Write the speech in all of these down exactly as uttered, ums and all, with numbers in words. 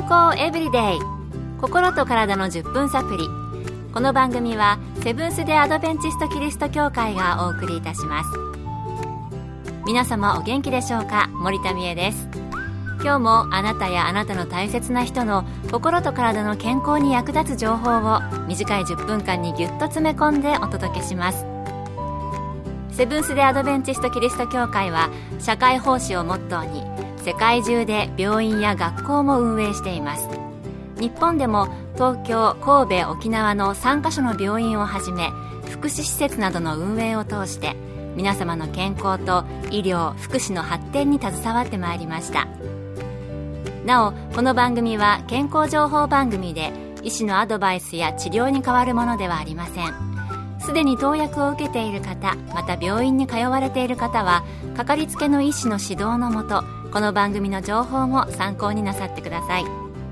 康エブリデイ、心と体のじゅっぷんサプリ。この番組はセブンス・デ・アドベンチスト・キリスト教会がお送りいたします。皆様お元気でしょうか。森田美恵です。今日もあなたやあなたの大切な人の心と体の健康に役立つ情報を短いじゅっぷんかんにぎゅっと詰め込んでお届けします。セブンス・デ・アドベンチスト・キリスト教会は社会奉仕をモットーに世界中で病院や学校も運営しています。日本でも東京、神戸、沖縄のさんカ所の病院をはじめ福祉施設などの運営を通して皆様の健康と医療・福祉の発展に携わってまいりました。なお、この番組は健康情報番組で医師のアドバイスや治療に代わるものではありません。すでに投薬を受けている方、また病院に通われている方はかかりつけの医師の指導のもと、この番組の情報も参考になさってください。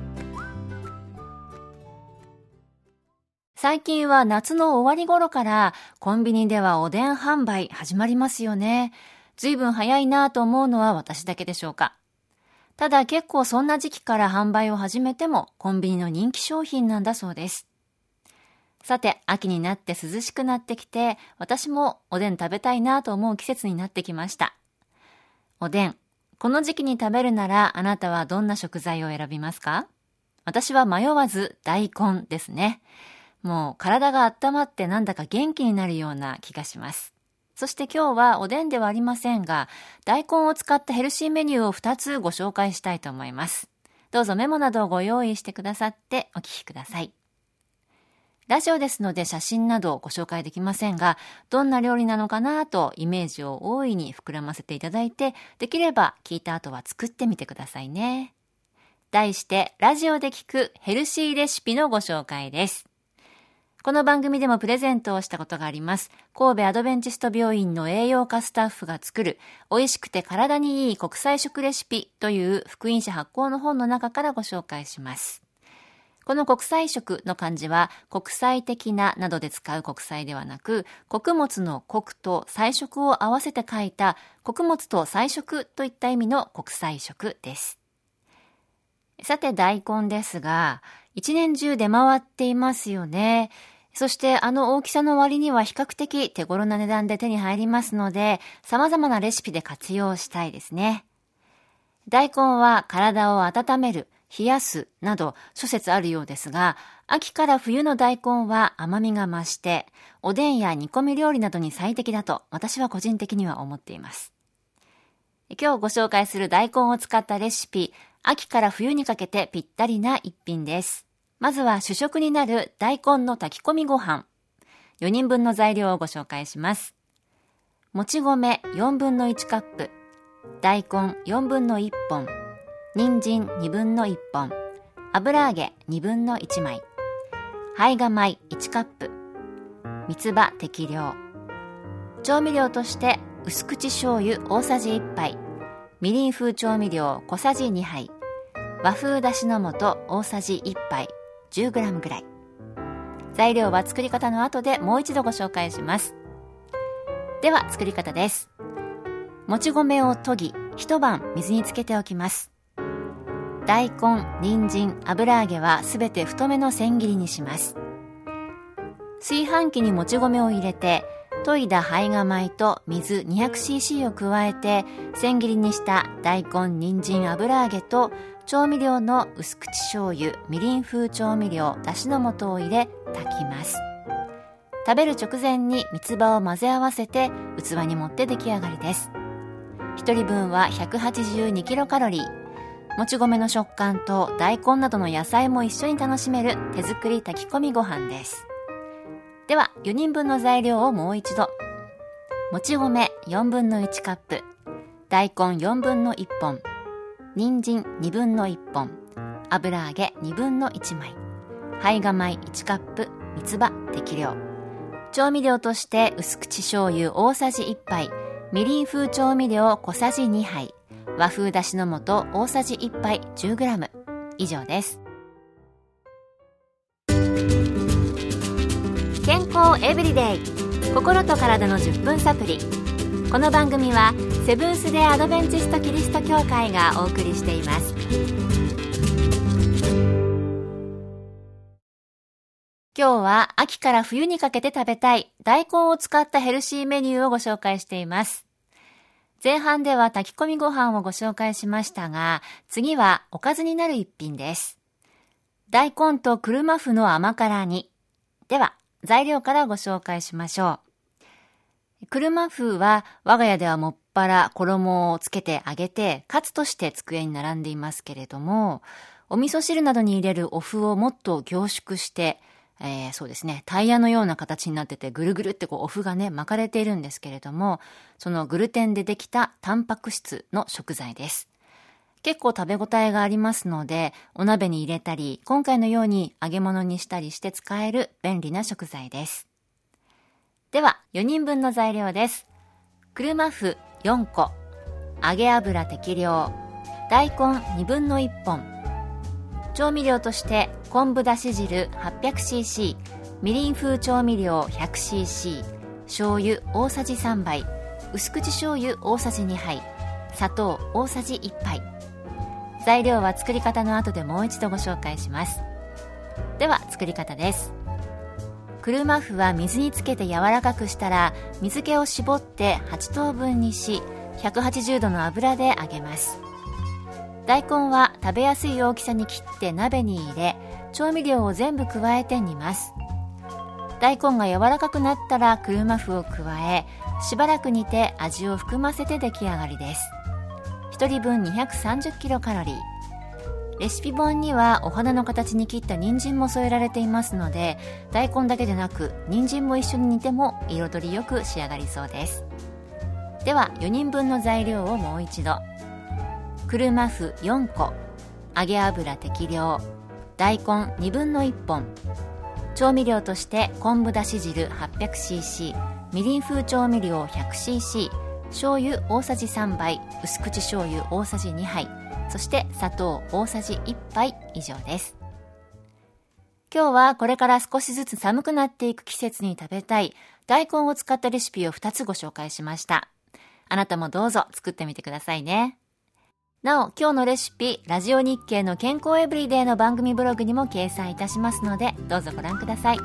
最近は夏の終わり頃からコンビニではおでん販売始まりますよね。ずいぶん早いなと思うのは私だけでしょうか。ただ結構そんな時期から販売を始めてもコンビニの人気商品なんだそうです。さて、秋になって涼しくなってきて、私もおでん食べたいなと思う季節になってきました。おでん、この時期に食べるならあなたはどんな食材を選びますか？私は迷わず大根ですね。もう体が温まってなんだか元気になるような気がします。そして今日はおでんではありませんが、大根を使ったヘルシーメニューをふたつご紹介したいと思います。どうぞメモなどをご用意してくださってお聞きください。ラジオですので写真などご紹介できませんが、どんな料理なのかなとイメージを大いに膨らませていただいて、できれば聞いた後は作ってみてくださいね。題してラジオで聞くヘルシーレシピのご紹介です。この番組でもプレゼントをしたことがあります。神戸アドベンチスト病院の栄養科スタッフが作る美味しくて体にいい国際食レシピという福音社発行の本の中からご紹介します。この国際食の漢字は国際的ななどで使う国際ではなく、穀物の穀と菜食を合わせて書いた穀物と菜食といった意味の国際食です。さて大根ですが、一年中出回っていますよね。そしてあの大きさの割には比較的手頃な値段で手に入りますので、様々なレシピで活用したいですね。大根は体を温める、冷やすなど諸説あるようですが、秋から冬の大根は甘みが増して、おでんや煮込み料理などに最適だと私は個人的には思っています。今日ご紹介する大根を使ったレシピ、秋から冬にかけてぴったりな一品です。まずは主食になる大根の炊き込みご飯。よにんぶんの材料をご紹介します。もち米よんぶんのいちカップ、大根よんぶんのいっぽん、人参にぶんのいっぽん、油揚げにぶんのいちまい、胚芽米いちカップ、三つ葉適量。調味料として薄口醤油大さじいっぱい、みりん風調味料小さじにはい、和風だしの素大さじいっぱい、じゅうグラム ぐらい。材料は作り方の後でもう一度ご紹介します。では作り方です。もち米を研ぎ一晩水につけておきます。大根、人参、油揚げはすべて太めの千切りにします。炊飯器にもち米を入れて、研いだ胚芽米と水 にひゃくシーシー を加えて、千切りにした大根、人参、油揚げと調味料の薄口醤油、みりん風調味料、だしの素を入れ炊きます。食べる直前に三つ葉を混ぜ合わせて器に盛って出来上がりです。一人分はひゃくはちじゅうにキロカロリー。もち米の食感と大根などの野菜も一緒に楽しめる手作り炊き込みご飯です。ではよにんぶんの材料をもう一度。もち米よんぶんのいちカップ、大根よんぶんのいっぽん、人参にぶんのいっぽん、油揚げにぶんのいちまい、胚芽米いちカップ、三つ葉適量。調味料として薄口醤油大さじいっぱい、みりん風調味料小さじにはい、和風だしの素大さじいっぱい じゅうグラム 以上です。健康エブリデイ、心と体のじゅっぷんサプリ。この番組はセブンス・デ・アドベンチスト・キリスト教会がお送りしています。 今日は秋から冬にかけて食べたい大根を使ったヘルシーメニューをご紹介しています。前半では炊き込みご飯をご紹介しましたが、次はおかずになる一品です。大根と車麩の甘辛煮。では、材料からご紹介しましょう。車麩は我が家ではもっぱら衣をつけて揚げてカツとして机に並んでいますけれども、お味噌汁などに入れるお麩をもっと凝縮して、えー、そうですね、タイヤのような形になっててぐるぐるってこうお麩がね巻かれているんですけれども、そのグルテンでできたタンパク質の食材です。結構食べ応えがありますので、お鍋に入れたり今回のように揚げ物にしたりして使える便利な食材です。ではよにんぶんの材料です。車麩よんこ、揚げ油適量、大根にぶんのいっぽん、調味料として昆布だし汁 はっぴゃくシーシー、 みりん風調味料 ひゃくシーシー、 醤油大さじさんばい、薄口醤油大さじにはい、砂糖大さじいっぱい。材料は作り方の後でもう一度ご紹介します。では作り方です。車麩は水につけて柔らかくしたら、水気を絞ってはちとうぶんにし、ひゃくはちじゅうどの油で揚げます。大根は食べやすい大きさに切って鍋に入れ、調味料を全部加えて煮ます。大根が柔らかくなったら車麩を加え、しばらく煮て味を含ませて出来上がりです。ひとりぶんにひゃくさんじゅっキロカロリー。レシピ本にはお花の形に切った人参も添えられていますので、大根だけでなく人参も一緒に煮ても彩りよく仕上がりそうです。ではよにんぶんの材料をもう一度。車麩よんこ、揚げ油適量、大根にぶんのいっぽん、調味料として昆布だし汁 はっぴゃくシーシー、 みりん風調味料 ひゃくシーシー、 醤油大さじさんばい、薄口醤油大さじにはい、そして砂糖大さじいっぱい以上です。今日はこれから少しずつ寒くなっていく季節に食べたい大根を使ったレシピをふたつご紹介しました。あなたもどうぞ作ってみてくださいね。なお、今日のレシピ、ラジオ日経の健康エブリデイの番組ブログにも掲載いたしますので、どうぞご覧ください。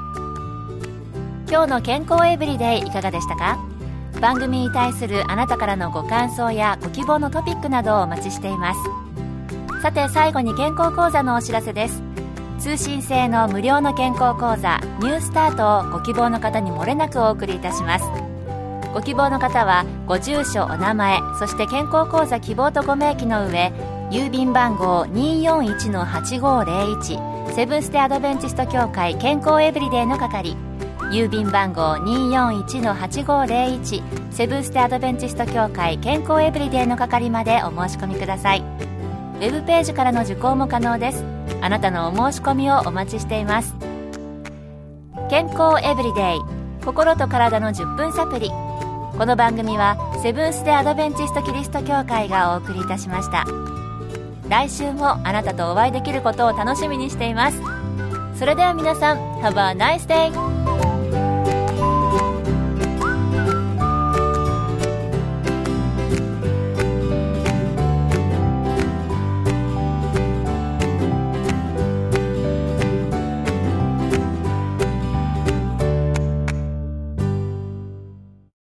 今日の健康エブリデイいかがでしたか？番組に対するあなたからのご感想やご希望のトピックなどをお待ちしています。さて最後に健康講座のお知らせです。通信制の無料の健康講座ニュースタートをご希望の方に漏れなくお送りいたします。ご希望の方はご住所、お名前、そして健康講座希望とご明記の上、郵便番号 にーよんいちのはちごーぜろいち セブンステアドベンチスト協会健康エブリデイの係、郵便番号 にーよんいちのはちごーぜろいち セブンステアドベンチスト協会健康エブリデイの係までお申し込みください。ウェブページからの受講も可能です。あなたのお申し込みをお待ちしています。健康エブリデイ、心と体のじゅっぷんサプリ。この番組はセブンス・デ・アドベンチスト・キリスト教会がお送りいたしました。来週もあなたとお会いできることを楽しみにしています。それでは皆さん、Have a nice day!